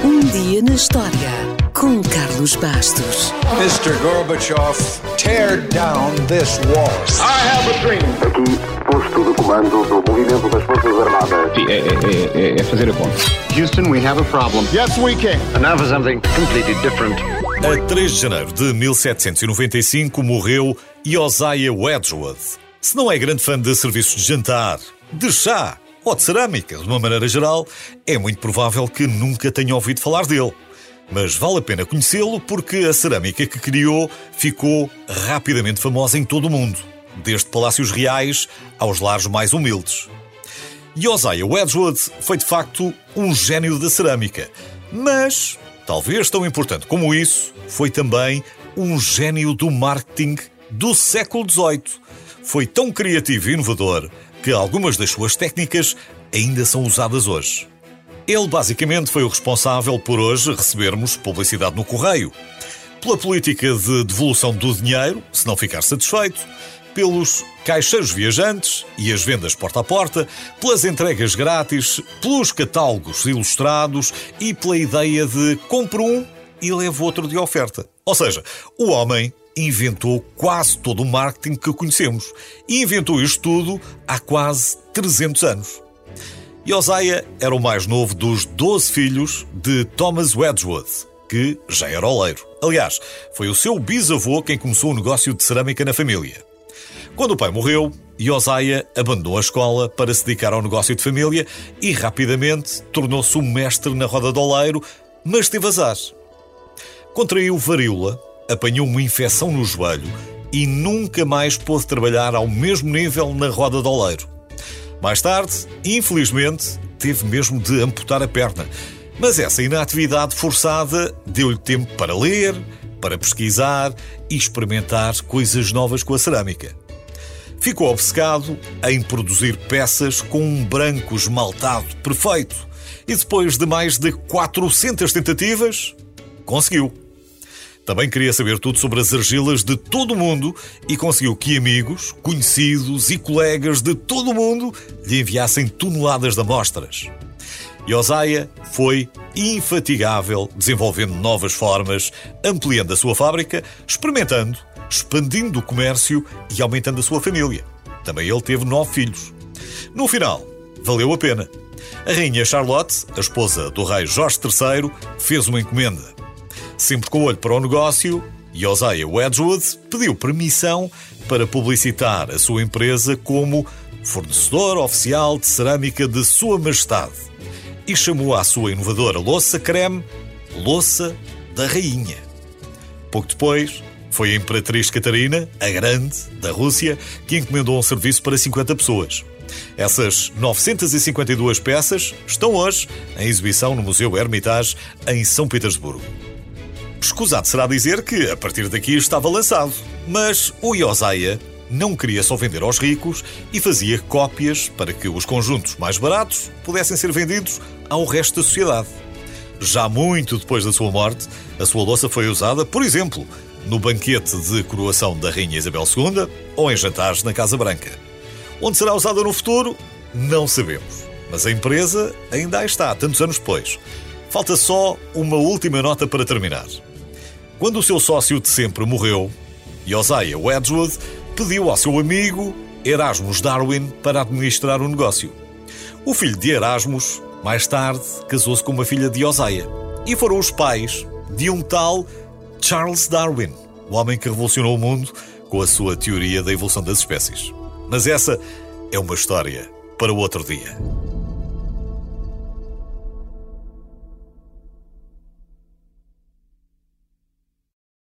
Um dia na história com Carlos Bastos. Mr. Gorbachev, tear down this wall. I have a dream. Aqui, posto de comando do movimento das Forças Armadas. É fazer a conta. Houston, we have a problem. Yes, we can. And now for something completely different. A 3 de janeiro de 1795 morreu Josiah Wedgwood. Se não é grande fã de serviços de jantar, de chá ou de cerâmica, de uma maneira geral, é muito provável que nunca tenha ouvido falar dele. Mas vale a pena conhecê-lo porque a cerâmica que criou ficou rapidamente famosa em todo o mundo, desde palácios reais aos lares mais humildes. Josiah Wedgwood foi de facto um gênio da cerâmica, mas, talvez tão importante como isso, foi também um gênio do marketing do século XVIII. Foi tão criativo e inovador que algumas das suas técnicas ainda são usadas hoje. Ele basicamente foi o responsável por hoje recebermos publicidade no correio, pela política de devolução do dinheiro, se não ficar satisfeito, pelos caixeiros viajantes e as vendas porta a porta, pelas entregas grátis, pelos catálogos ilustrados e pela ideia de compre um e leve outro de oferta. Ou seja, o homem inventou quase todo o marketing que conhecemos e inventou isto tudo há quase 300 anos. Josiah era o mais novo dos 12 filhos de Thomas Wedgwood, que já era oleiro. Aliás, foi o seu bisavô quem começou o negócio de cerâmica na família. Quando o pai morreu, Josiah abandonou a escola para se dedicar ao negócio de família e rapidamente tornou-se um mestre na roda de oleiro, mas teve azar. Contraiu varíola, apanhou uma infecção no joelho e nunca mais pôde trabalhar ao mesmo nível na roda de oleiro. Mais tarde, infelizmente, teve mesmo de amputar a perna, mas essa inatividade forçada deu-lhe tempo para ler, para pesquisar e experimentar coisas novas com a cerâmica. Ficou obcecado em produzir peças com um branco esmaltado perfeito e depois de mais de 400 tentativas, conseguiu. Também queria saber tudo sobre as argilas de todo o mundo e conseguiu que amigos, conhecidos e colegas de todo o mundo lhe enviassem toneladas de amostras. Josiah foi infatigável, desenvolvendo novas formas, ampliando a sua fábrica, experimentando, expandindo o comércio e aumentando a sua família. Também ele teve 9 filhos. No final, valeu a pena. A rainha Charlotte, a esposa do rei Jorge III, fez uma encomenda. Sempre com o olho para o negócio, Josiah Wedgwood pediu permissão para publicitar a sua empresa como fornecedor oficial de cerâmica de Sua Majestade e chamou à sua inovadora louça creme Louça da Rainha. Pouco depois, foi a Imperatriz Catarina, a Grande, da Rússia, que encomendou um serviço para 50 pessoas. Essas 952 peças estão hoje em exibição no Museu Hermitage, em São Petersburgo. Escusado será dizer que, a partir daqui, estava lançado. Mas o Josiah não queria só vender aos ricos e fazia cópias para que os conjuntos mais baratos pudessem ser vendidos ao resto da sociedade. Já muito depois da sua morte, a sua louça foi usada, por exemplo, no banquete de coroação da Rainha Isabel II ou em jantares na Casa Branca. Onde será usada no futuro? Não sabemos. Mas a empresa ainda aí está, tantos anos depois. Falta só uma última nota para terminar. Quando o seu sócio de sempre morreu, Josiah Wedgwood pediu ao seu amigo Erasmus Darwin para administrar o negócio. O filho de Erasmus, mais tarde, casou-se com uma filha de Josiah e foram os pais de um tal Charles Darwin, o homem que revolucionou o mundo com a sua teoria da evolução das espécies. Mas essa é uma história para o outro dia.